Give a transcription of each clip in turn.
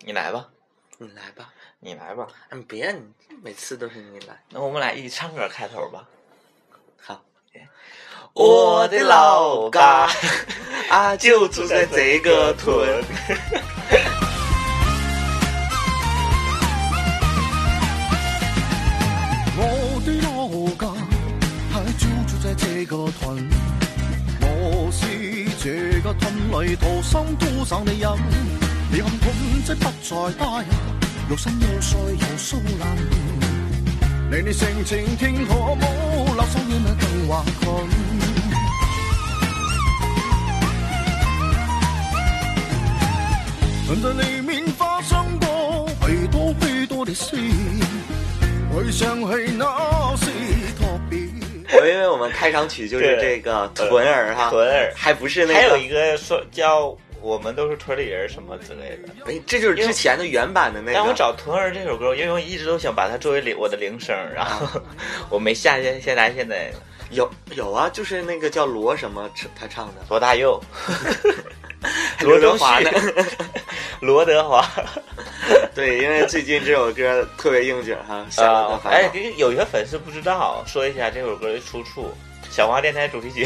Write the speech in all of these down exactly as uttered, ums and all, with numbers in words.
你来吧， 你来吧， 你来吧。 嗯，别，你每次都是你来。 那我们俩一起唱歌开头吧。 好。 我的老家啊，就住在这个屯。 我的老家还就住在这个屯，我是这个屯里土生土長的人。你看屯仔不再大呀，又新又帥又蘇爛。你你性情聽可冇，留守於那更華群。屯在裏面發生過許多許多的事，回想起那是特別。 因為我們開場曲就是這個屯兒哈， 屯兒還不是那個， 還有一個說叫我們都是屯裡人什麼之類的。 哎，這就是之前的原版的那個。 但我找屯兒這首歌，因為我一直都想把它作為我的鈴聲，然後我沒下現現在現在有有啊，就是那個叫羅什麼他唱的， 羅大佑。 羅德華呢？ 羅德華， 對，因為最近這首歌特別應景哈。 啊，哎，有些粉絲不知道，說一下這首歌的出處，小花電台主題曲。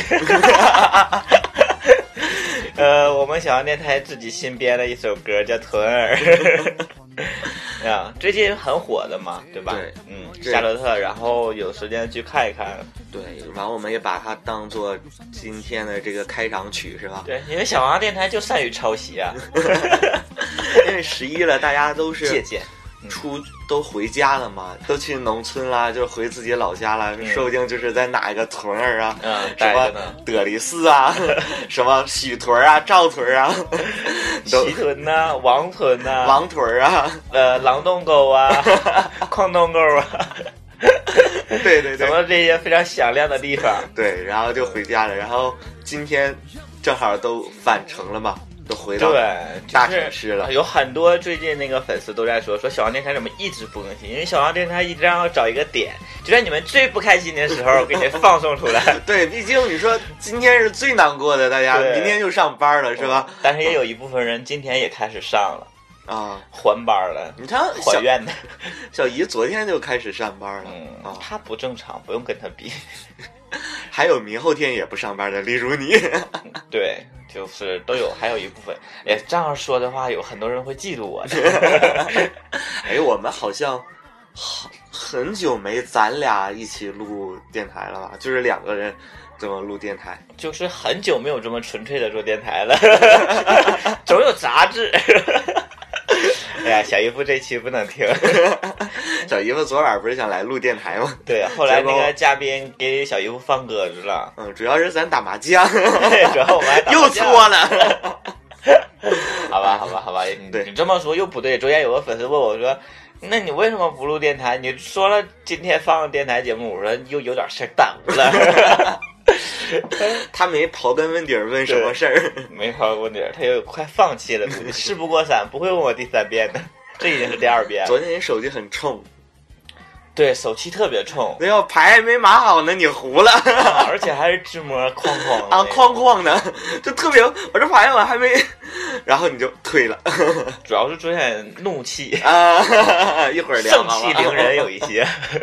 呃，我們小花電台自己新編了一首歌，叫《屯兒》。啊，最近很火的嘛，對吧？ 對， 嗯，夏洛特，然後有時間去看一看。 對，然後我們也把它當做今天的這個開場曲，是吧？ 對，因為小王電台就善於抄襲啊。 因為十一了，大家都是借鑑， 出都回家了嘛，都去農村啦，就回自己老家了， 嗯、 說不定就是在哪一個屯兒啊， 嗯， 什麼德里寺啊，什麼許屯啊、趙屯啊， 西屯呐、啊、王屯呐、啊、 王屯啊， 呃，狼洞溝啊、礦洞溝啊。 對對對， 什麼這些非常響亮的地方， 對，然後就回家了，然後今天正好都返程了嘛，都回到大城市了。 就是、有很多最近那個粉絲都在說，說小王電台怎麼一直不更新？因為小王電台一直要找一個點，就在你們最不開心的時候給你放送出來。 對，畢竟你說今天是最難過的，大家明天就上班了，是吧？ 但是也有一部分人今天也開始上了。 啊， 還班了！ 你看， 還願的小姨昨天就開始上班了。 嗯， 啊， 他不正常，不用跟他比。 還有明後天也不上班的，例如你。 對，就是都有，還有一部分。哎，這樣說的話，有很多人會嫉妒我的。 哎，我們好像好很久沒咱倆一起錄電台了吧？就是兩個人這麼錄電台， 就是很久沒有這麼純粹的做電台了。總有雜質。哎呀，小姨夫這期不能聽。 小姨夫昨晚不是想來錄電台嗎？ 對，後來那個嘉賓給小姨夫放鴿子了。 嗯，主要是咱打麻將， 主要我們還打麻將又錯了。 好吧，好吧，好吧，你你這麼說又不對。昨天有個粉絲問我說，那你為什麼不錄電台？你說了今天放電台節目，我說又有點事耽誤了。 他沒刨根問底問什麼事兒， 沒刨根問底，他又快放棄了，事不過三，不會問我第三遍的，這已經是第二遍了。 昨天你手機很衝， 對，手氣特別衝， 那要牌還沒碼好呢，你糊了， 啊、而且還是直摸框框啊，框框的，就特別，我這牌我還沒，然後你就退了， 主要是昨天怒氣啊，一會兒聊盛氣凌人有一些。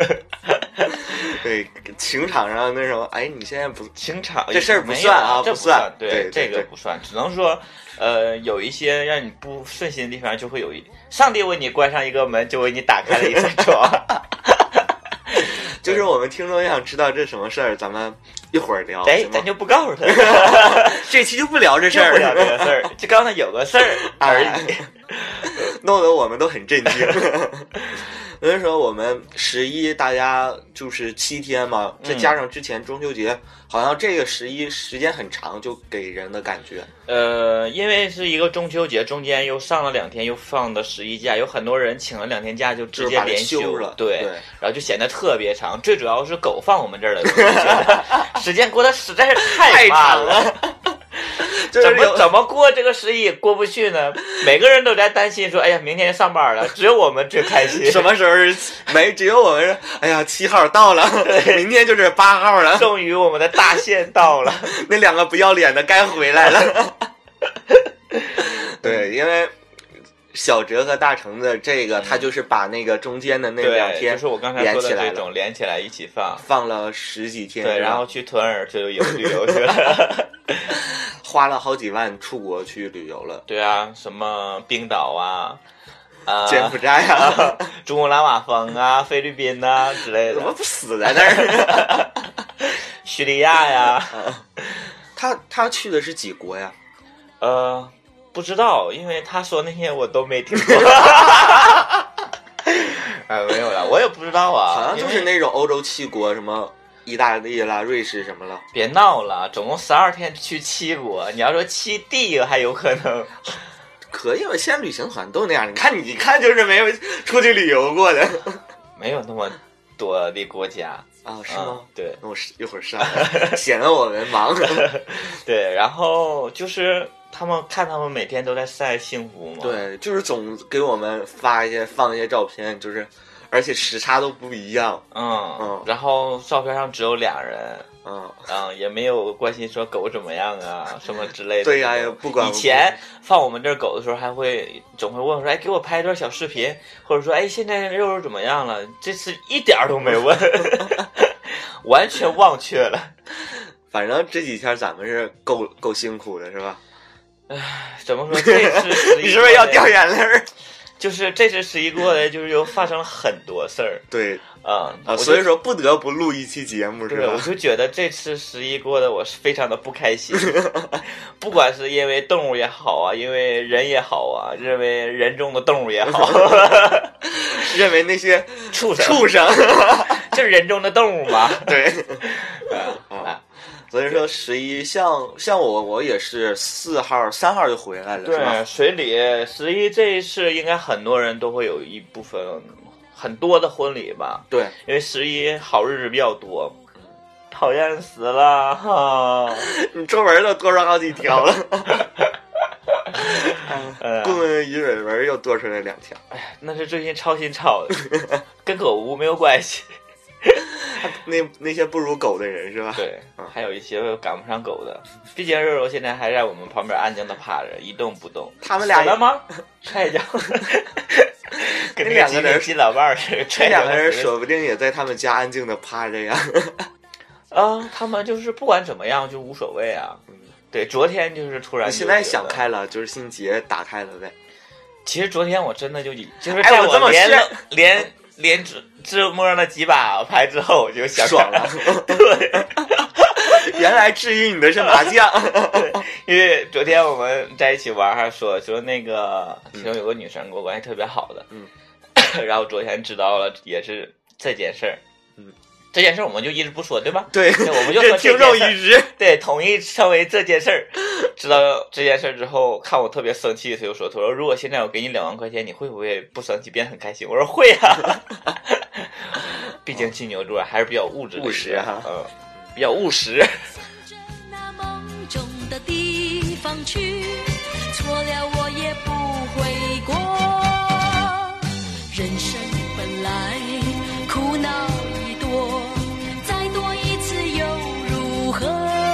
對，情場上那種，哎，你現在不情場這事兒不算啊， 不算， 對， 對， 這個不算，只能說，呃，有一些讓你不順心的地方，就會有一上帝為你關上一個門，就為你打開了一扇窗。 就是我們聽眾想知道這什麼事兒，咱們一會兒聊。 哎，咱就不告訴他， 這期就不聊這事兒， 不聊這個事兒，就告訴他有個事兒而已， 弄得我們都很震驚。所以說我們十一大家就是七天嘛，再加上之前中秋節，嗯、好像這個十一時間很長，就給人的感覺。 呃，因為是一個中秋節，中間又上了兩天，又放的十一假，有很多人請了兩天假就直接連休， 休了， 對， 對， 然後就顯得特別長。最主要是狗放我們這兒的時間過得實在是太慢了。怎麼怎麼過這個十一過不去呢？每個人都在擔心說，哎呀，明天上班了，只有我們最開心。 什麼時候沒？只有我們，哎呀，七號到了，明天就是八號了， 終於我們的大限到了， 那兩個不要臉的該回來了。對，因為小哲和大成的这个，他就是把那个中间的那两天就是我刚才说的这种连起来一起放， 放了十几天， 对，然后去屯儿就有旅游去了， 花了好几万出国去旅游了。 对啊，什么冰岛啊。啊， 柬埔寨啊， 珠穆朗玛峰啊，菲律宾啊之类的， 怎么不死在那儿？ 叙利亚呀， 他他去的是几国呀？ 呃，不知道，因为他说那些我都没听过。哎，没有了，我也不知道啊， 好像就是那种欧洲七国，什么意大利啦、瑞士什么了。 别闹了，总共十二天去七国，你要说七地还有可能。 可以吧？现在旅行团都那样，你看，你一看就是没有出去旅游过的， 没有那么多的国家啊？是吗？ 嗯、对， 那我一会儿上，显得我们忙。 对，然后就是他们看他们每天都在晒幸福嘛， 对，就是总给我们发一些放一些照片，就是而且时差都不一样， 嗯嗯，然后照片上只有俩人。 嗯嗯，也没有关心说狗怎么样啊，什么之类的。 对呀、啊，也不管。 以前放我们这儿狗的时候，还会总会问说：“哎，给我拍一段小视频，或者说，哎，现在肉肉怎么样了？”这次一点儿都没问，完全忘却了。 反正这几天咱们是够够辛苦的，是吧？ 唉，怎么说？这次你是不是要掉眼泪？ 就是这次十一过来，就是又发生了很多事儿。 对。 啊、 嗯、啊，所以说不得不录一期节目，是吧？ 我就觉得这次十一过得我是非常的不开心，不管是因为动物也好啊，因为人也好啊，认为人中的动物也好， 认为那些畜生畜生就是人中的动物嘛。 对，啊，所以说十一像像我我也是四号三号就回来了， 对， 是吧？ 水里十一这一次应该很多人都会有一部分。很多的婚礼吧， 对， 因为十一好日子比较多，讨厌死了哈！ 你作文都多出好几条了，棍棍鱼尾纹又多出来两条。 哎呀，那是最近抄新抄的，跟狗屋没有关系。 那那些不如狗的人是吧？ 对，还有一些赶不上狗的。毕竟肉肉现在还在我们旁边安静的趴着，一动不动。 他们俩死了吗？踹脚。跟那两个人金老伴儿似的， 这两个人说不定也在他们家安静的趴着呀。 啊，他们就是不管怎么样就无所谓啊。嗯，对，昨天就是突然， 现在想开了，就是心结打开了呗。 其实昨天我真的就就是在我连了连连只只摸了几把牌之后，我就想爽了。 对， 原来治愈你的是麻将。 因为昨天我们在一起玩，还说说那个其中有个女生跟我关系特别好的， 嗯， 然后昨天知道了也是这件事儿， 嗯， 这件事儿我们就一直不说，对吧？ 对， 我们就说听众一直对统一称为这件事儿。知道这件事儿之后，看我特别生气，他就说：“他说如果现在我给你两万块钱，你会不会不生气，变得很开心？”我说：“会啊。”毕竟金牛座还是比较物质的， 务实哈， 嗯，比较务实。 的地方去，错了我也不悔过。人生本来苦恼一多，再多一次又如何？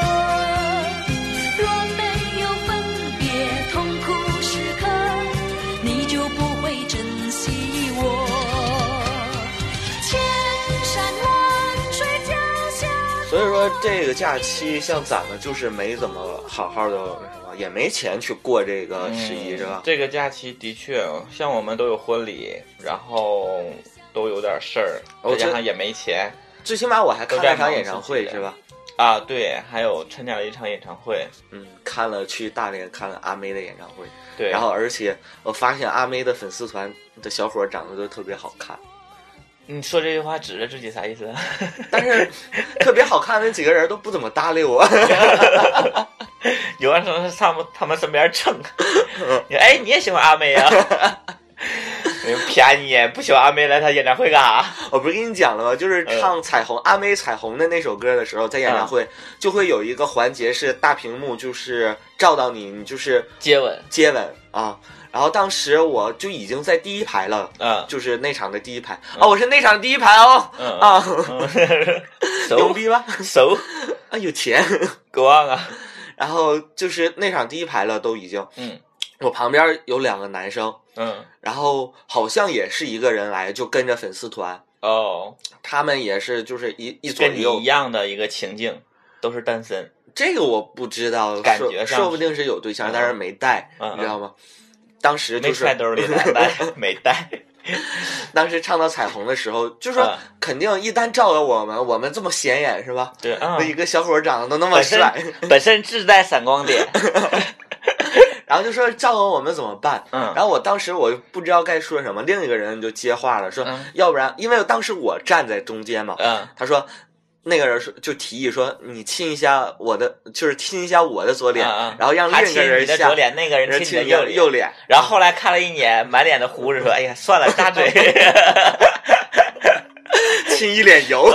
若没有分别痛苦时刻，你就不会珍惜我。千山万水脚下。 所以说这个假期像咱们就是没怎么好好的什么，也没钱去过这个十一、嗯、是吧？ 这个假期的确像我们都有婚礼，然后都有点事儿，再加上也没钱， 最起码我还看了一场演唱会是吧？ 啊，对，还有参加了一场演唱会， 嗯，看了去大连看了阿妹的演唱会， 对， 然后而且我发现阿妹的粉丝团的小伙长得都特别好看。 你说这句话指着自己啥意思？ 但是特别好看的那几个人都不怎么搭理我。 有的时候是他们他们身边蹭，哎，你也喜欢阿妹啊？骗你，不喜欢阿妹来他演唱会干啥？ 我不是跟你讲了吗？就是唱彩虹、嗯、阿妹彩虹的那首歌的时候，在演唱会、嗯、就会有一个环节是大屏幕，就是照到你，你就是接吻接吻啊。然后当时我就已经在第一排了， 嗯， 就是那场的第一排，嗯、哦，我是那场第一排哦， 嗯啊， 嗯、 牛逼吧？ 熟啊，有钱， 够旺啊！ 然后就是那场第一排了，都已经， 嗯， 我旁边有两个男生， 嗯， 然后好像也是一个人来，就跟着粉丝团。 哦， 他们也是就是一一左跟你一样的一个情境，都是单身。 这个我不知道， 感觉上说不定是有对象， 嗯、 但是没带， 嗯、 你知道吗？当时就是没揣兜里带，没带。 当时唱到彩虹的时候，就说肯定一旦照了我们，我们这么显眼是吧？ 对， 那、嗯、一个小伙长得都那么帅， 本身, 本身自带闪光点。 然后就说照了我们怎么办？ 嗯， 然后我当时我不知道该说什么，另一个人就接话了，说、 嗯、 要不然，因为当时我站在中间嘛， 嗯， 他说那个人说就提议说你亲一下我的，就是亲一下我的左脸， 嗯、 然后让另一个人下左脸，那个人亲你的右脸， 右脸。 然后后来看了一眼满脸的胡子，说：“哎呀，算了，扎嘴。” 亲一脸油。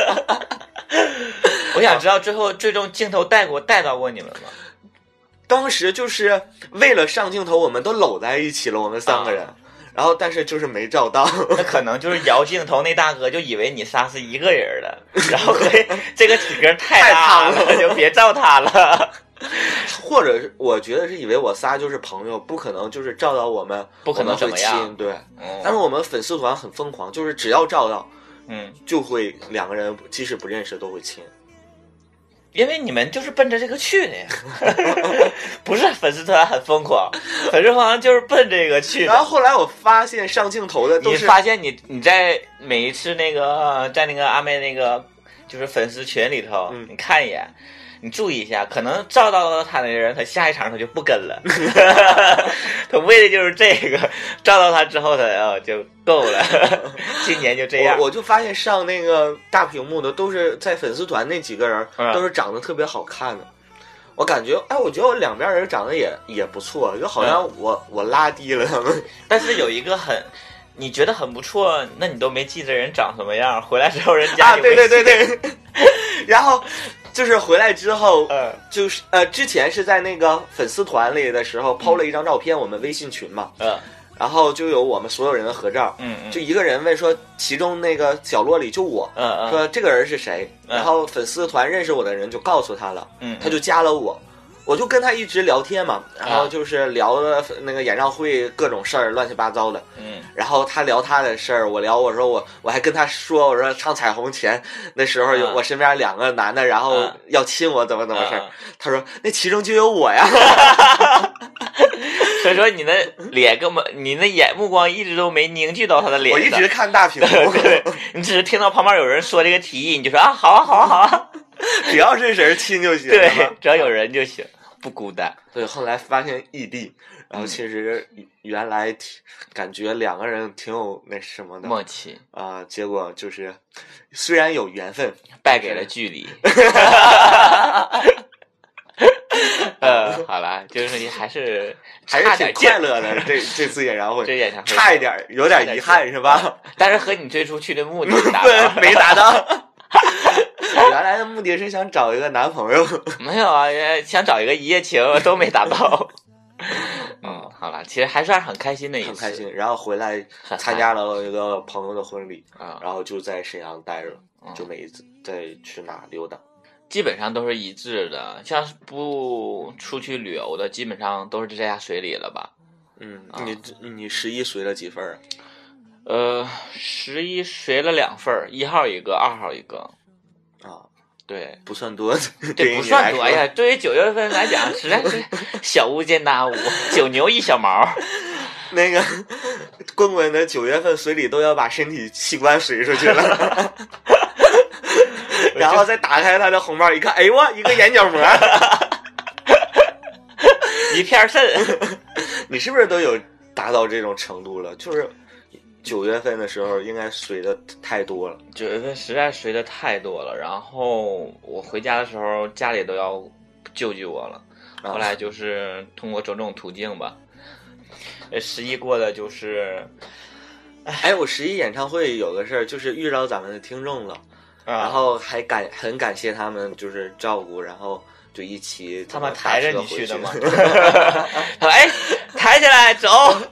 我想知道最后最终镜头带过带到过你们吗？ 当时就是为了上镜头，我们都搂在一起了，我们三个人。啊，然后但是就是没照到， 那可能就是摇镜头那大哥就以为你仨是一个人了，然后这个体格太大了，就别照他了。 或者我觉得是以为我仨就是朋友，不可能就是照到我们， 不可能怎么样， 对、 嗯。 但是我们粉丝团很疯狂，就是只要照到， 嗯，就会两个人即使不认识都会亲。 因为你们就是奔着这个去的呀，不是粉丝团很疯狂，粉丝团就是奔这个去的。 然后后来我发现上镜头的都是， 你发现你你在每一次那个在那个阿妹那个就是粉丝群里头， 嗯、 你看一眼，你注意一下，可能照到他那人，他下一场他就不跟了，他为的就是这个，照到他之后他哦就够了，今年就这样。 我, 我就发现上那个大屏幕的都是在粉丝团那几个人， 嗯、 都是长得特别好看的。我感觉，哎，我觉得我两边人长得也也不错，就好像我、嗯、我拉低了他们。 但是有一个很。你觉得很不错，那你都没记得人长什么样，回来之后人家啊，对对对对，然后就是回来之后， 嗯， 就是呃，之前是在那个粉丝团里的时候，P O 了一张照片，我们微信群嘛， 嗯， 然后就有我们所有人的合照， 嗯嗯， 就一个人问说，其中那个角落里就我， 嗯嗯， 说这个人是谁， 嗯、 然后粉丝团认识我的人就告诉他了， 嗯， 他就加了我。我就跟他一直聊天嘛，然后就是聊了那个演唱会各种事儿，乱七八糟的。 嗯， 然后他聊他的事儿，我聊我说我我还跟他说，我说唱彩虹前那时候有我身边两个男的，然后要亲我，怎么怎么事儿。他说那其中就有我呀。 所以说你的脸根本，你的眼目光一直都没凝聚到他的脸上。 我一直看大屏幕， 对，你只是听到旁边有人说这个提议，你就说啊，好啊，好啊，好啊， 只要是人亲就行， 对，只要有人就行。不孤单。 对，后来发现异地，然后其实原来感觉两个人挺有那什么的默契啊、呃，结果就是虽然有缘分， 败给了距离。呃，好了，就是你还是还是挺快乐的。这这次演唱会， 这演唱会差一点，有点遗憾是吧？ 但是和你最初去的目的达到没达到。原来的目的是想找一个男朋友， 没有啊，想找一个一夜情都没达到。嗯，好了，其实还算很开心的一次， 很开心。然后回来参加了一个朋友的婚礼，啊，然后就在沈阳待着，嗯、就没再去哪溜达。 基本上都是一致的，像是不出去旅游的，基本上都是在家随礼了吧？ 嗯，啊、你你十一随了几份啊？ 呃，十一随了两份，一号一个，二号一个。 啊， 对， 不算多， 对，不算多呀。对于九月份来讲，实在是小巫见大巫，九牛一小毛。 那个棍棍的九月份随礼都要把身体器官随出去了，然后再打开他的红包一看，哎呦我一个眼角膜， 一片肾。 你是不是都有达到这种程度了？就是九月份的时候应该随的太多了， 九月份实在随的太多了，然后我回家的时候家里都要救救我了， 啊、 后来就是通过种种途径吧。十一过的就是， 哎，我十一演唱会有个事儿，就是遇到咱们的听众了， 啊、 然后还感很感谢他们，就是照顾，然后就一起他们抬着你去的吗？ 哎， 抬起来走。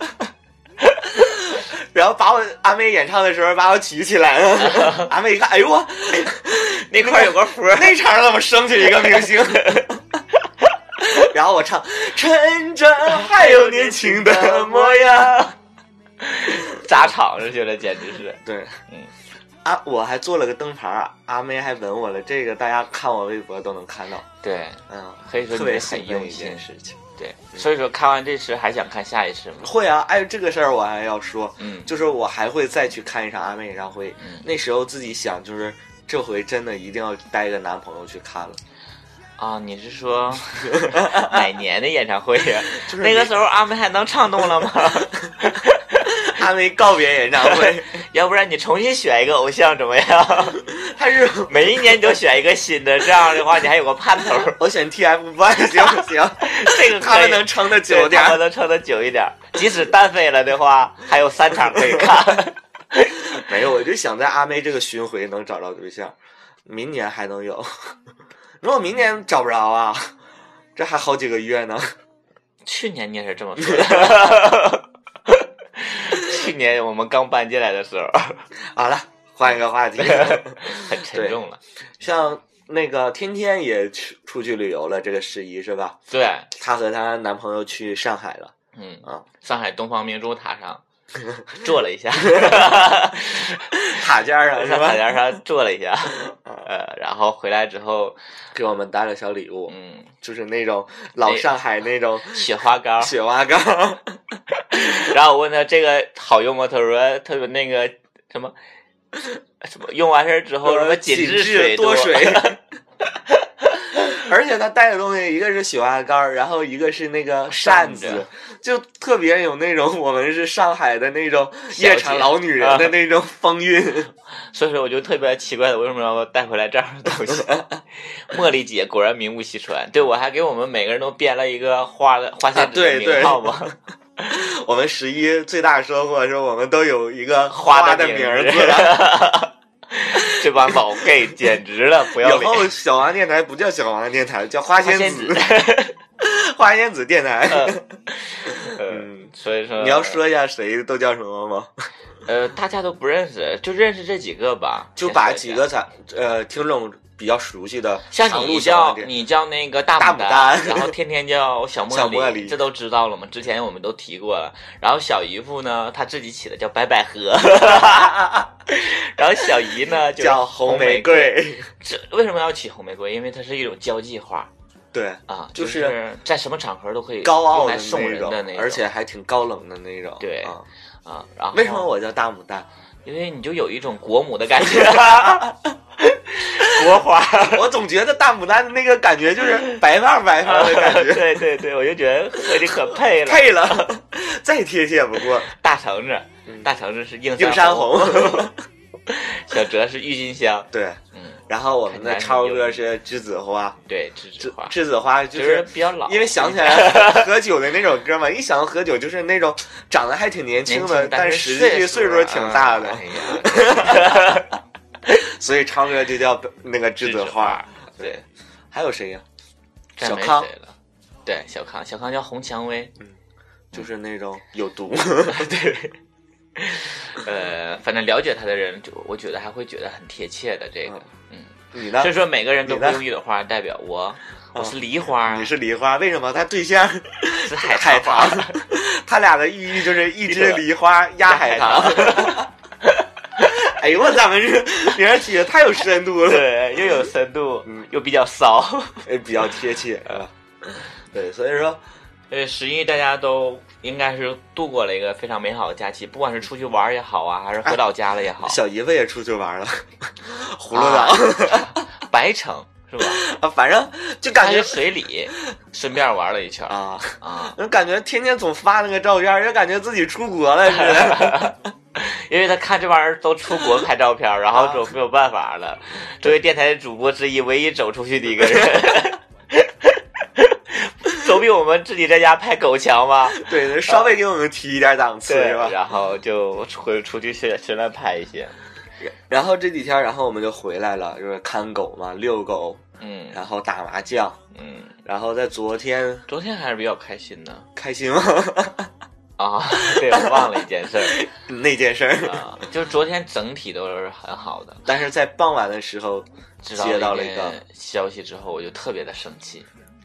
然后把我阿妹演唱的时候把我举起来了，阿妹一看，哎呦我那块有个佛， 那场怎么升起一个明星？ 然后我唱趁着还有年轻的模样， 砸场上去了，简直是。 对， 嗯。 啊，我还做了个灯牌，阿妹还吻我了，这个大家看我微博都能看到。 对， 嗯， 可以说特别很用心一件事情。 对，所以说看完这次还想看下一次吗？ 会啊，哎，这个事儿我还要说， 嗯， 就是我还会再去看一场阿妹演唱会。 嗯， 那时候自己想，就是这回真的一定要带个男朋友去看了。 啊，你是说哪年的演唱会呀、啊？ 就是那个时候阿妹还能唱动了吗？ 阿妹告别演唱会， 要不然你重新选一个偶像怎么样？ 他是每一年你都选一个新的，这样的话你还有个盼头。 我选 T F boys 行不行？ 这个他们能撑得久点， 他们能撑得久一点。即使单飞了的话，还有三场可以看。 没有，我就想在阿妹这个巡回能找着对象，明年还能有。如果明年找不着啊，这还好几个月呢。 去年你也是这么说的。去年我们刚搬进来的时候。 好了，换一个话题。 很沉重了。 像那个天天也去出去旅游了，这个十一是吧？ 对， 她和她男朋友去上海了。 嗯啊， 上海东方明珠塔上坐了一下。 塔尖上是吧？ 塔尖上坐了一下。呃，然后回来之后给我们带了小礼物， 嗯， 就是那种老上海那种雪花膏， 雪花膏。 然后我问他这个好用吗？他说他说那个什么什么用完事之后什么紧致水多水。而且他带的东西一个是雪花膏，然后一个是那个扇子，就特别有那种我们是上海的那种夜场老女人的那种风韵。 所以说我就特别奇怪的，为什么要带回来这样的东西？茉莉姐果然名不虚传，对，我还给我们每个人都编了一个花的花仙子的名号嘛。 啊、我们十一最大收获是我们都有一个花的名字。 这帮老 gay 简直了，不要脸！ 以后小王电台不叫小王电台，叫花仙子，花仙子电台。 嗯，所以说你要说一下谁都叫什么吗？ 呃，大家都不认识，就认识这几个吧， 就把几个咱呃听众比较熟悉的， 像你叫你叫那个大牡丹， 然后天天叫小茉莉，茉莉这都知道了吗？之前我们都提过了。然后小姨夫呢，他自己起的叫白百合，然后小姨呢就叫红玫瑰。 这为什么要起红玫瑰？因为它是一种交际花。 对啊， 就是在什么场合都可以高傲来送人的那种， 而且还挺高冷的那种。 对啊啊，然后为什么我叫大牡丹？ 因为你就有一种国母的感觉。国花， 我总觉得大牡丹的那个感觉就是白发白发的感觉。 对对对，我就觉得和你可配了， 配了，再贴切不过。 大橙子，大橙子是映映山红， 小哲是郁金香， 对， 嗯。 然后我们的超哥是栀子花， 对，栀子花， 栀子花就是比较老， 因为想起来喝酒的那首歌嘛，一想到喝酒就是那种长得还挺年轻的，但是实际岁数挺大的。 哎呀。 所以超哥就叫那个栀子花。 对， 还有谁呀？ 小康。对，小康，小康叫红蔷薇， 嗯，就是那种有毒。 对。呃，反正了解他的人，就我觉得还会觉得很贴切的这个，嗯， 你呢？ 所以说每个人都不用一朵花代表我，我是梨花， 你是梨花，为什么？他对象是海海棠，他俩的寓意就是一只梨花压海棠。哎呦，咱们这名儿起的太有深度了， 对，又有深度，嗯，又比较骚， 也比较贴切啊。对，所以说， 呃，十一大家都应该是度过了一个非常美好的假期，不管是出去玩也好啊，还是回老家了也好。 小姨夫也出去玩了，葫芦岛、 啊、白城是吧？ 啊，反正就感觉水里顺便玩了一圈啊啊， 感觉天天总发那个照片，就感觉自己出国了似的。 因为他看这帮人都出国拍照片，然后就没有办法了。作为电台主播之一，唯一走出去的一个人，总比我们自己在家拍狗强吧？ 对，稍微给我们提一点档次，是吧？ 然后就回出去随随便拍一些。 然后这几天，然后我们就回来了，就是看狗嘛，遛狗， 嗯， 然后打麻将， 嗯， 然后在昨天， 昨天还是比较开心的， 开心吗？ 啊，对，我忘了一件事儿， 那件事儿啊，就是昨天整体都是很好的， 但是在傍晚的时候接到了一个消息之后，我就特别的生气。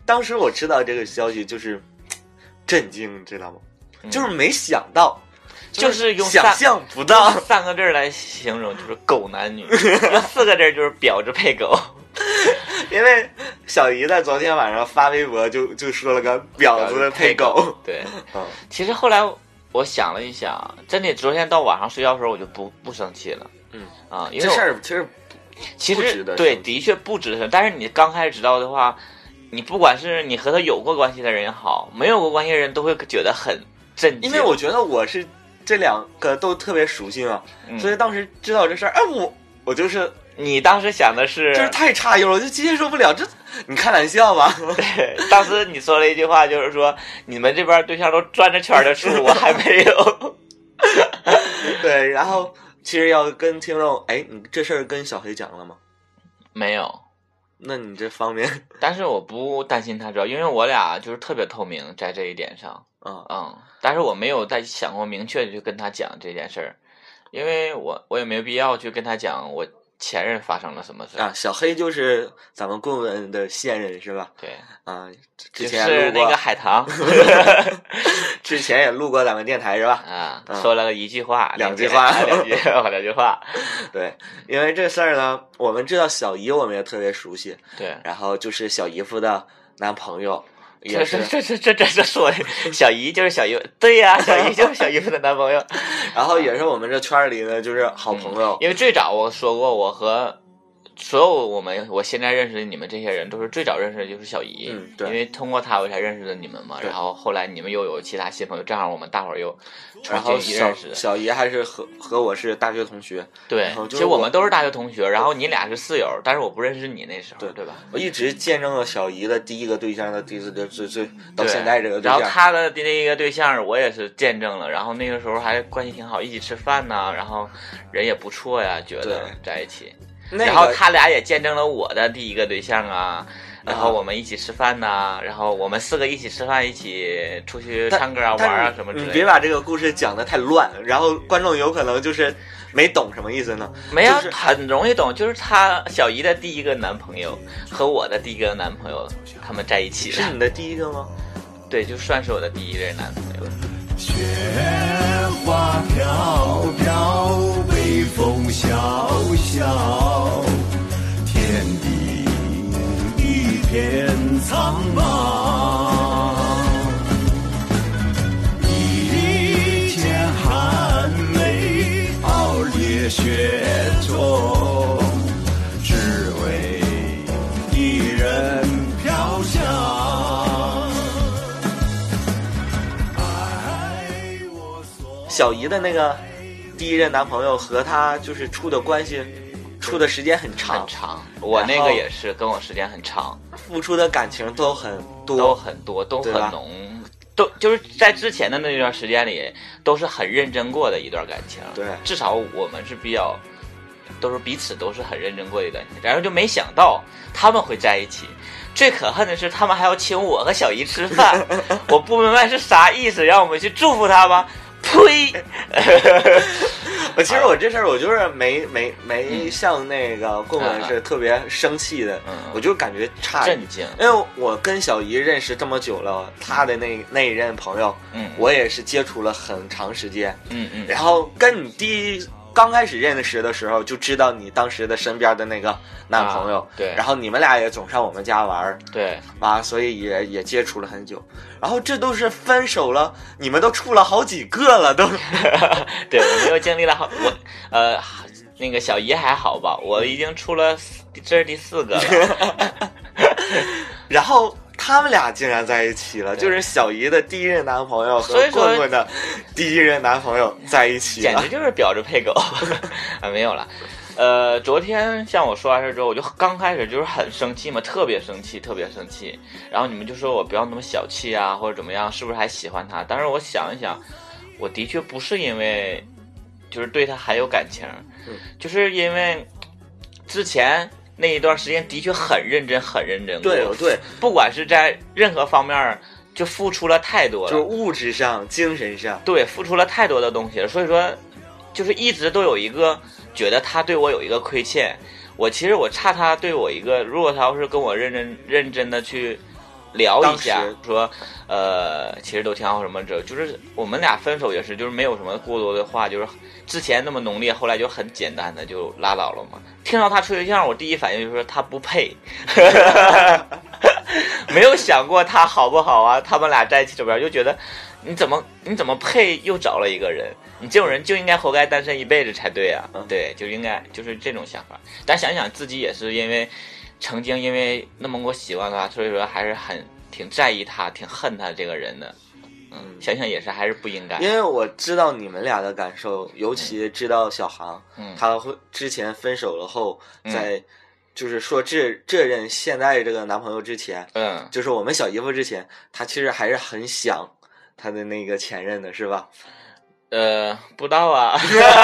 当时我知道这个消息就是震惊，知道吗？嗯、就是没想到。 就是用想象不到三个字来形容，就是狗男女；用四个字就是婊子配狗。 因为小姨在昨天晚上发微博就就说了个婊子配狗。 对，嗯，其实后来我想了一想，真的昨天到晚上睡觉的时候我就不不生气了。 嗯啊，因为这事儿其实其实对，的确不值得。但是你刚开始知道的话，你不管是你和他有过关系的人也好，没有过关系的人都会觉得很震惊。 因为我觉得我是。这两个都特别熟悉嘛，嗯、所以当时知道这事儿，哎，我我就是你当时想的是， 就是太差异了，我就接受不了。这你开玩笑吧？ 对，当时你说了一句话，就是说你们这边对象都转着圈的处，我还没有。 对，然后其实要跟听众，哎，你这事儿跟小黑讲了吗？ 没有。 那你这方面， 但是我不担心他知道，因为我俩就是特别透明，在这一点上。 嗯嗯，但是我没有再想过明确的去跟他讲这件事儿，因为我我也没有必要去跟他讲我前任发生了什么事啊。小黑就是咱们棍棍的现任是吧？ 对啊，之前就是那个海棠， 之前也录过咱们电台是吧？ 啊，嗯、说了一句话， 两句话， 两句话，两句话。 对，因为这事儿呢，我们知道小姨，我们也特别熟悉。 对， 然后就是小姨夫的男朋友。 这这这这这这这说的，小姨就是小姨，对呀、啊，小姨就是小姨夫的男朋友， 然后也是我们这圈里的就是好朋友、 嗯。因为最早我说过，我和所有我们我现在认识的你们这些人，都是最早认识的就是小姨， 嗯，对， 因为通过他我才认识的你们嘛。然后后来你们又有其他新朋友，正好我们大伙儿又重新认识。 小姨还是和和我是大学同学， 对，其实我们都是大学同学，然后你俩是室友，但是我不认识你那时候， 对对吧？ 我一直见证了小姨的第一个对象的第四个最最到现在这个对象， 然后他的第一个对象我也是见证了，然后那个时候还关系挺好，一起吃饭呐，然后人也不错呀，觉得在一起。 那个、 然后他俩也见证了我的第一个对象啊，然后我们一起吃饭呐、啊，然后我们四个一起吃饭，一起出去唱歌啊、玩啊什么之类的。 你别把这个故事讲得太乱，然后观众有可能就是没懂什么意思呢？ 没有、 就是， 很容易懂，就是他小姨的第一个男朋友和我的第一个男朋友他们在一起了。 是你的第一个吗？ 对，就算是我的第一任男朋友。 雪花飘飘，微风萧萧，天地一片苍茫，一天寒梅傲烈雪中，只为一人飘香。 小姨的那个第一任男朋友和他就是处的关系，处的时间很长， 很长。我那个也是跟我时间很长， 付出的感情都很多， 都很多，都很浓，都就是在之前的那段时间里都是很认真过的一段感情。 对， 至少我们是比较，都是彼此都是很认真过的一段感情。然后就没想到他们会在一起。最可恨的是，他们还要请我和小姨吃饭，我不明白是啥意思，让我们去祝福他吗？呸！ 我其实我这事儿我就是没没没像那个棍棍是特别生气的， 嗯、 我就感觉差震惊， 因为我跟小姨认识这么久了，她的那那一任朋友， 嗯， 我也是接触了很长时间， 嗯嗯， 然后跟你第一刚开始认识的时候就知道你当时的身边的那个男朋友， 啊、对， 然后你们俩也总上我们家玩， 对啊，所以也也接触了很久。然后这都是分手了，你们都处了好几个了，都。 对，我们又经历了好，我呃，那个小姨还好吧，我已经处了，这是第四个了。 然后他们俩竟然在一起了，就是小姨的第一任男朋友和棍棍的第一任男朋友在一起了， 简直就是婊子配狗啊！没有了。呃，昨天像我说完事之后，我就刚开始就是很生气嘛，特别生气，特别生气。然后你们就说我不要那么小气啊，或者怎么样，是不是还喜欢他？但是我想一想，我的确不是因为就是对他还有感情， 嗯、 就是因为之前那一段时间的确很认真，很认真过。 对对， 不管是在任何方面，就付出了太多了， 就是物质上、精神上， 对，付出了太多的东西了。所以说，就是一直都有一个。觉得他对我有一个亏欠，我其实我差他对我一个，如果他要是跟我认真认真的去聊一下，说呃，其实都挺好什么的，就是我们俩分手也是，就是没有什么过多的话，就是之前那么浓烈，后来就很简单的就拉倒了嘛。听到他处对象，我第一反应就是说他不配，没有想过他好不好啊。他们俩在一起这边就觉得你怎么你怎么配又找了一个人？你这种人就应该活该单身一辈子才对啊！对，就应该就是这种想法。但想想自己也是因为曾经因为那么我喜欢他，所以说还是很挺在意他，挺恨他这个人的。嗯，想想也是还是不应该。 因为我知道你们俩的感受，尤其知道小航， 嗯， 他会之前分手了后，在、嗯、就是说这这任现在这个男朋友之前， 嗯， 就是我们小姨夫之前，他其实还是很想他的那个前任的，是吧？ 呃，不知道啊，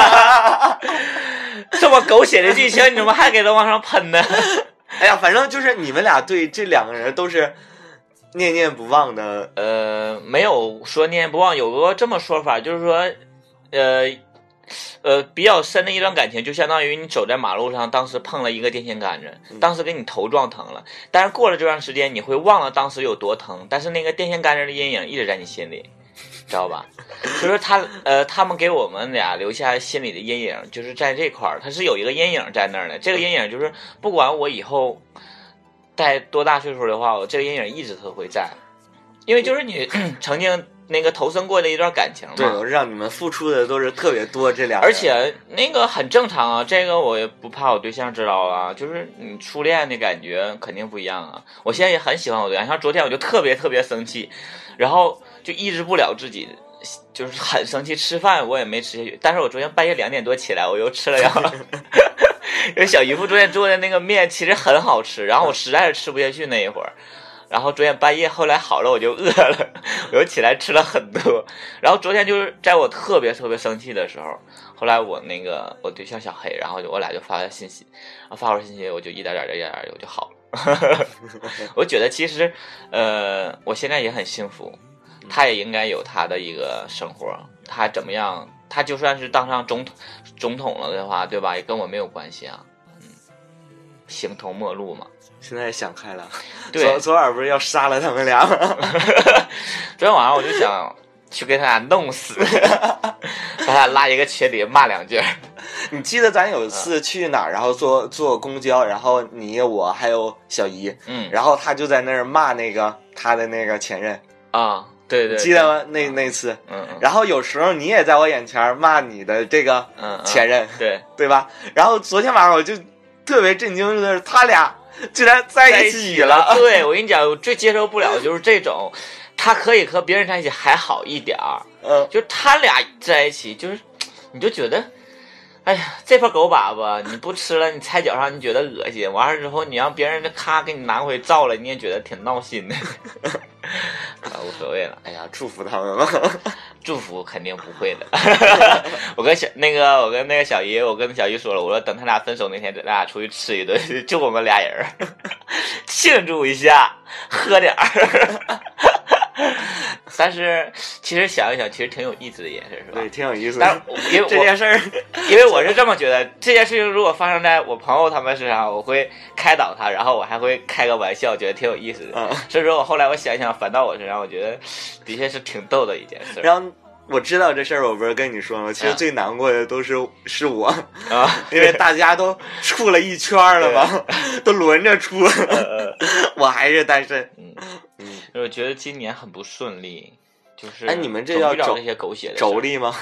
这么狗血的剧情，你怎么还给他往上喷呢？ 哎呀，反正就是你们俩对这两个人都是念念不忘的。 呃，没有说念念不忘，有个这么说法，就是说，呃，呃，比较深的一段感情，就相当于你走在马路上，当时碰了一个电线杆子，当时给你头撞疼了，但是过了这段时间，你会忘了当时有多疼，但是那个电线杆子的阴影一直在你心里。知道吧？所以说他呃，他们给我们俩留下心理的阴影，就是在这块儿，他是有一个阴影在那儿的。这个阴影就是不管我以后在多大岁数的话，我这个阴影一直都会在，因为就是你曾经那个投身过的一段感情嘛。 对，让你们付出的都是特别多，这两个。 而且那个很正常啊，这个我也不怕我对象知道啊，就是你初恋的感觉肯定不一样啊。我现在也很喜欢我对象，像昨天我就特别特别生气，然后就抑制不了自己，就是很生气，吃饭我也没吃下去。但是我昨天半夜两点多起来，我又吃了药。因为小姨夫昨天做的那个面其实很好吃，然后我实在是吃不下去那一会儿，然后昨天半夜后来好了，我就饿了，我又起来吃了很多。然后昨天就是在我特别特别生气的时候，后来我那个我对象小黑，然后就我俩就发了信息，然后发会信息我就一点点一点点我就好了。我觉得其实呃我现在也很幸福。他也应该有他的一个生活，他怎么样，他就算是当上总统总统了的话，对吧，也跟我没有关系啊。嗯，形同陌路嘛。 现在想开了。 对， 昨昨晚不是要杀了他们俩吗？ 昨天晚上我就想去给他俩弄死，把他拉一个群里骂两句。 你记得咱有一次去哪儿，然后坐坐公交，然后你我还有小姨， 嗯， 然后他就在那儿骂那个他的那个前任啊。对 对, 对， 记得吗？那那次， 嗯嗯， 然后有时候你也在我眼前骂你的这个前任， 嗯嗯、对对吧？然后昨天晚上我就特别震惊的是，他俩居然在一起了。 对，我跟你讲，我最接受不了的就是这种，他可以和别人在一起还好一点儿， 嗯， 就他俩在一起，就是你就觉得，哎呀，这块狗粑粑你不吃了，你踩脚上你觉得恶心，完了之后你让别人咔给你拿回照了，你也觉得挺闹心的。啊，无所谓了。 哎呀，祝福他们吧。 祝福肯定不会的。我跟小那个，我跟那个小姨，我跟小姨说了，我说等他俩分手那天，咱俩出去吃一顿，就我们俩人，庆祝一下，喝点儿。但是其实想一想，其实挺有意思的，也是是吧？ 对，挺有意思的。 但是因为这件事儿， 因为我是这么觉得，这件事情如果发生在我朋友他们身上，我会开导他，然后我还会开个玩笑，觉得挺有意思的。 嗯， 所以说我后来我想一想，反到我身上，我觉得的确是挺逗的一件事。 然后我知道这事儿，我不是跟你说吗？其实最难过的都是、啊、是我啊， 因为大家都处了一圈了嘛，都轮着处，我还是单身。 嗯嗯，我觉得今年很不顺利，就是哎，你们这叫这些狗血的妯娌吗？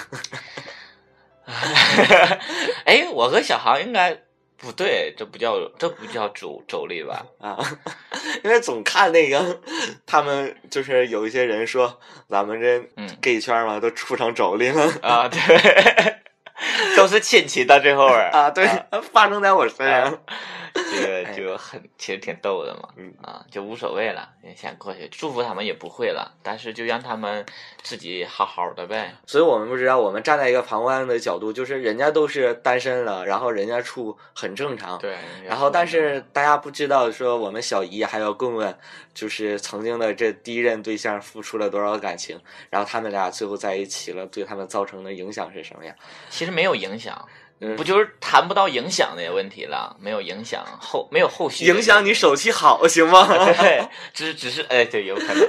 哎，我和小航应该不对，这不叫这不叫妯妯娌吧？ 啊，因为总看那个，他们就是有一些人说咱们这 gay 圈嘛，都处成妯娌了啊，对，都是亲戚到最后啊，对，啊、发生在我身上。啊这个就很其实挺逗的嘛， 嗯啊，就无所谓了，先过去，祝福他们也不会了，但是就让他们自己好好的呗。 所以我们不知道，我们站在一个旁观的角度，就是人家都是单身了，然后人家处很正常， 对， 然后但是大家不知道说我们小姨还有棍棍，就是曾经的这第一任对象付出了多少感情，然后他们俩最后在一起了，对他们造成的影响是什么呀？ 其实没有影响。 嗯不就是谈不到影响那个问题了？没有影响后没有后续影响你手气好行吗？ 对，只只是哎，对，有可能。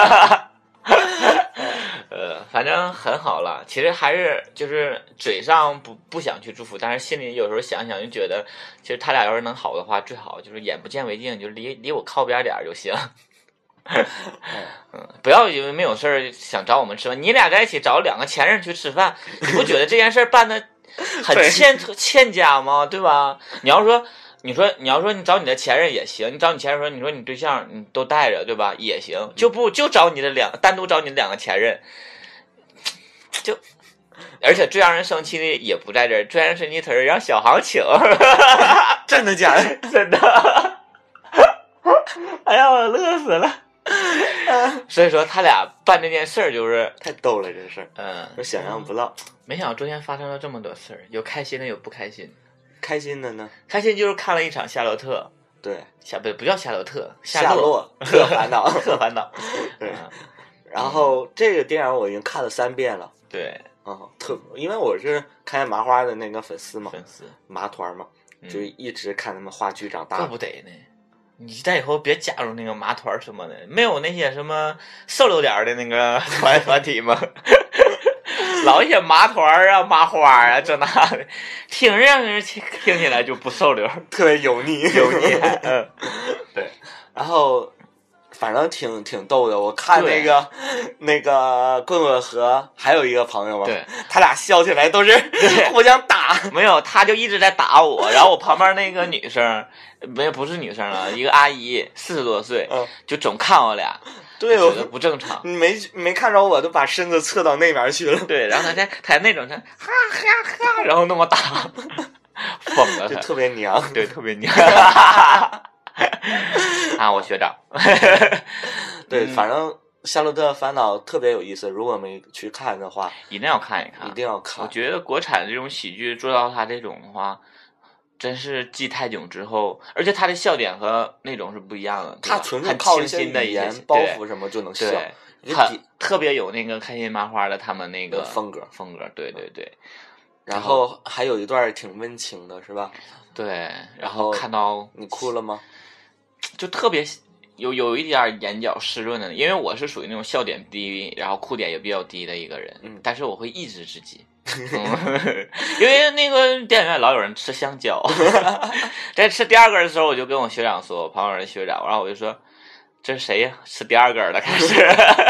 呃，反正很好了。其实还是就是嘴上不不想去祝福，但是心里有时候想想就觉得，其实他俩要是能好的话，最好就是眼不见为净，就离离我靠边点就行。嗯，不要因为没有事儿想找我们吃饭。你俩在一起找两个前任去吃饭，你不觉得这件事儿办的很欠欠佳吗？对吧？你要说。你说，你要说你找你的前任也行，你找你前任说，你说你对象你都带着，对吧？也行，就不就找你的两单独找你的两个前任，就，而且最让人生气的也不在这儿，最让人生气的是让小航请， 真的假的？ 真的，哎呀，我乐死了。所以说他俩办这件事儿就是太逗了，这事儿， 嗯， 我想象不到。 没想到昨天发生了这么多事儿，有开心的，有不开心的。 开心的呢？ 开心就是看了一场《夏洛特》， 对， 夏不不叫夏洛特， 夏洛特烦恼， 特烦恼。 对，然后这个电影我已经看了三遍了。 对， 嗯，特因为我是开心麻花的那个粉丝嘛， 粉丝麻团嘛， 嗯、 就一直看他们话剧长大。 这不得呢？你再以后别加入那个麻团什么的，没有那些什么瘦溜点的那个团团体吗？老一些麻团啊、麻花啊，这那的，听着让人听听起来就不受流， 特别油腻， 油腻。嗯， 对。然后反正挺挺逗的，我看那个那个棍棍和还有一个朋友嘛， 对， 他俩笑起来都是互相打， 没有，他就一直在打我，然后我旁边那个女生，没不是女生了，一个阿姨，四十多岁， 嗯， 就总看我俩。 对， 我觉得不正常。 你没没看着我都把身子侧到那边去了。 对，然后他在他那种他哈哈哈，然后那么打，疯了， 就特别娘。 对，特别娘。啊，我学长。 对，反正《夏洛特烦恼》特别有意思，如果没去看的话， 一定要看一看， 一定要看。 我觉得国产这种喜剧做到他这种的话。真是继泰囧之后，而且他的笑点和那种是不一样的。 他纯粹靠一些语言包袱什么就能笑， 很特别有那个开心麻花的他们那个风格风格。对对对， 然后还有一段挺温情的，是吧？ 对，然后看到你哭了吗？ 就特别有有一点眼角湿润的，因为我是属于那种笑点低，然后哭点也比较低的一个人， 嗯， 但是我会抑制自己。嗯，因为那个电影院老有人吃香蕉，在吃第二根的时候，我就跟我学长说，旁边的学长，然后我就说：“这是谁呀？吃第二根了，开始，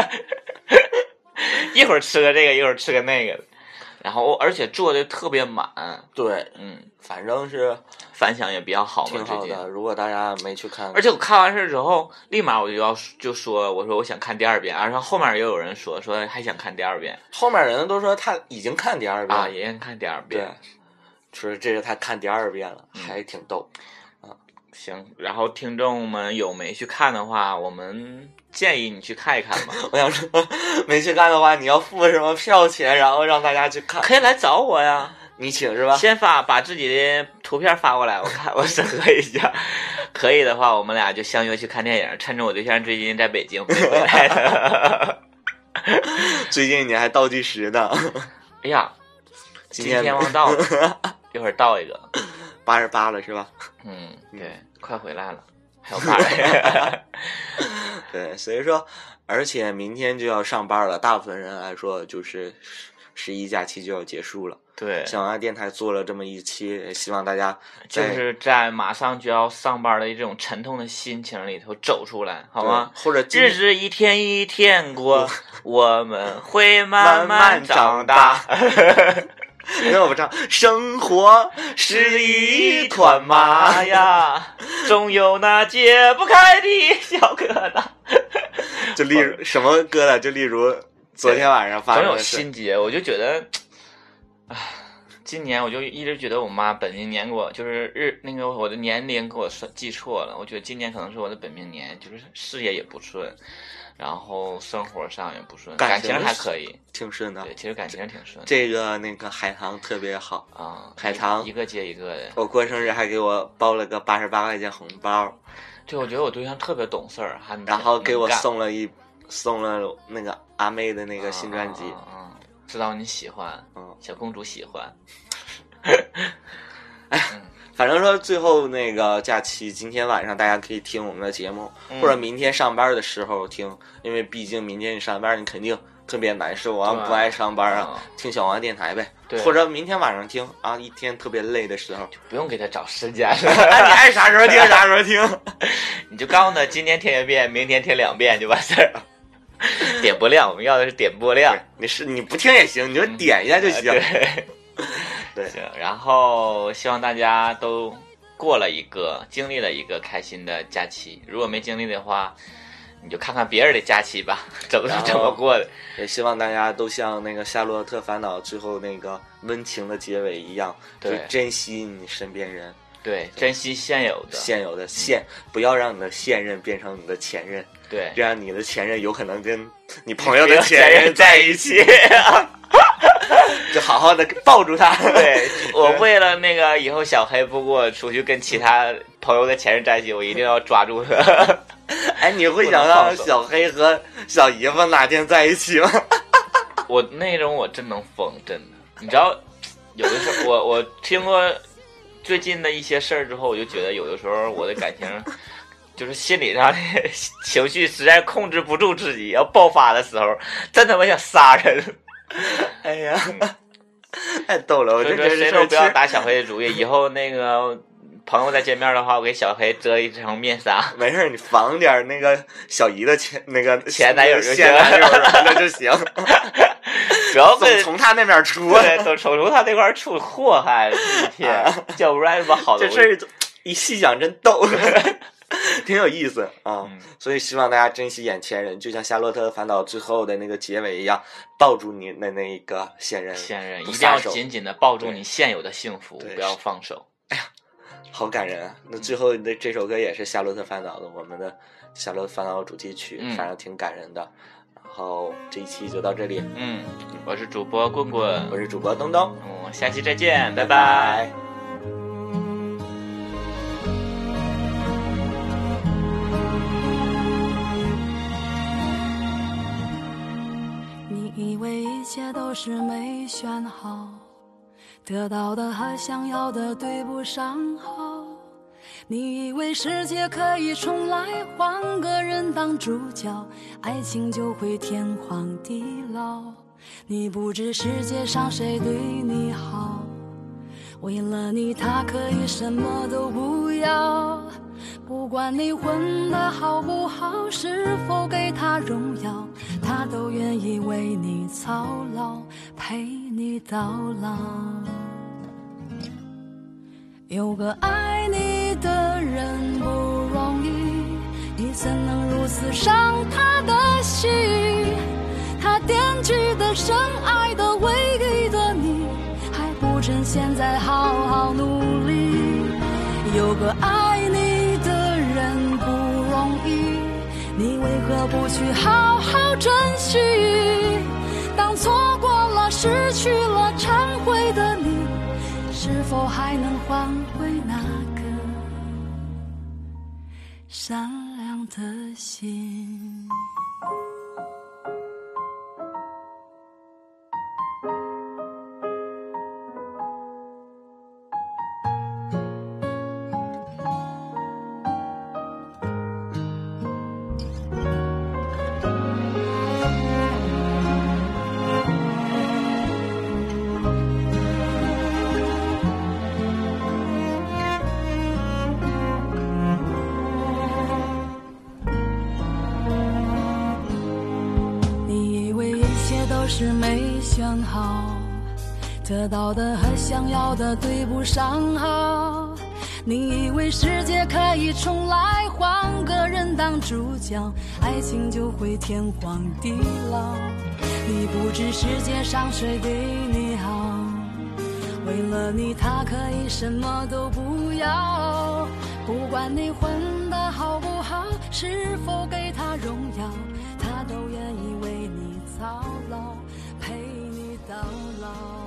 一会儿吃个这个，一会儿吃个那个。”然后而且做的特别满， 对， 嗯， 反正是反响也比较好嘛， 挺好的。如果大家没去看， 而且我看完事之后，立马我就要就说，我说我想看第二遍，然后后面也有人说说还想看第二遍， 后面人都说他已经看第二遍啊，也想看第二遍， 对，说这是他看第二遍了， 嗯、 还挺逗啊。 行，然后听众们有没去看的话，我们建议你去看一看吧。 我想说，没去看的话，你要付什么票钱，然后让大家去看？ 可以来找我呀， 你请是吧？ 先发把自己的图片发过来，我看我审核一下。可以的话，我们俩就相约去看电影，趁着我对象最近在北京没回来的。 最近你还倒计时呢？ 哎呀， 今天忘到了，一会儿到一个。 八十八了是吧？ 嗯，对，嗯、快回来了，还有八十。 对，所以说，而且明天就要上班了，大部分人来说就是十一假期就要结束了。 对， 小王电台做了这么一期，希望大家就是在马上就要上班的这种沉痛的心情里头走出来，好吗？ 或者日子一天一天过，我们会慢慢长大。 那我不唱，生活是一团麻呀，总有那解不开的小疙瘩。 就例如什么疙瘩？就例如昨天晚上发生的事。 总有心结，我就觉得，唉，今年我就一直觉得我妈本命年给我就是日那个我的年龄给我记错了。我觉得今年可能是我的本命年，就是事业也不顺。然后生活上也不顺，感情还可以， 挺顺的。 对，其实感情挺顺的。 这个那个海棠特别好啊， 海棠一个接一个的。 我过生日还给我包了个八十八块钱红包。 对，我觉得我对象特别懂事儿，还然后给我送了一送了那个阿妹的那个新专辑。 嗯，知道你喜欢， 嗯， 小公主喜欢。 哎呀，反正说最后那个假期，今天晚上大家可以听我们的节目， 嗯、 或者明天上班的时候听，因为毕竟明天你上班，你肯定特别难受啊，不爱上班啊，听小王电台呗。 对， 或者明天晚上听啊，一天特别累的时候， 就不用给他找时间了。 你爱啥时候听啥时候听， 你就告诉他今天听一遍，明天听两遍就完事儿了。点播量，我们要的是点播量。 你是你不听也行，你就点一下就行。 嗯、对，对行。然后希望大家都过了一个经历了一个开心的假期。如果没经历的话，你就看看别人的假期吧，怎么怎么过的。 也希望大家都像那个《夏洛特烦恼》最后那个温情的结尾一样，就珍惜你身边人。 对，珍惜现有的现有的现，不要让你的现任变成你的前任。 对， 这样你的前任有可能跟你朋友的前任在一起。就好好的抱住他。 对，我为了那个以后小黑不跟我出去跟其他朋友的前任在一起，我一定要抓住他。 哎，你会想让小黑和小姨夫哪天在一起吗？ 我那种我真能疯，真的。你知道，有的时候我我听过最近的一些事儿之后，我就觉得有的时候我的感情就是心理上的情绪实在控制不住自己，要爆发的时候，真他妈想杀人。 哎呀，嗯、太逗了！我就说谁都不要打小黑的主意，以后那个朋友再见面的话，我给小黑遮一层面纱。 没事，你防点那个小姨的前那个前男友就行， 前男友那就行。 主要总从他那边出， 对，总从他那块出祸害，一天，要不然什么好的。 这事儿一细想真逗。挺有意思啊、嗯，所以希望大家珍惜眼前人，就像《夏洛特烦恼》最后的那个结尾一样，抱住你的那一个现任， 现任一定要紧紧的抱住你现有的幸福，不要放手。 哎呀，好感人啊！那最后的这首歌也是《夏洛特烦恼》的，我们的《夏洛特烦恼》主题曲， 嗯、 反正挺感人的。然后这一期就到这里， 嗯，我是主播棍棍， 我是主播东东， 嗯，下期再见，拜拜。拜以为一切都是没选好，得到的和想要的对不上号。你以为世界可以重来，换个人当主角，爱情就会天荒地老。你不知世界上谁对你好，为了你他可以什么都不要。不管你混得好不好，是否给他荣耀，他都愿意为你操劳，陪你到老。有个爱你的人不容易，你怎能如此伤他的心？他惦记的深爱的唯一的你，还不趁现在好好努力。有个爱你的人不容易，你为何不去好好珍惜？当错过了失去了忏悔的你，是否还能换回那个善良的心？都是没选好，得到的和想要的对不上号。你以为世界可以重来，换个人当主角，爱情就会天荒地老。你不知世界上谁对你好，为了你他可以什么都不要。不管你混得好不好，是否给他荣耀，他都愿意为你操劳，陪你到老。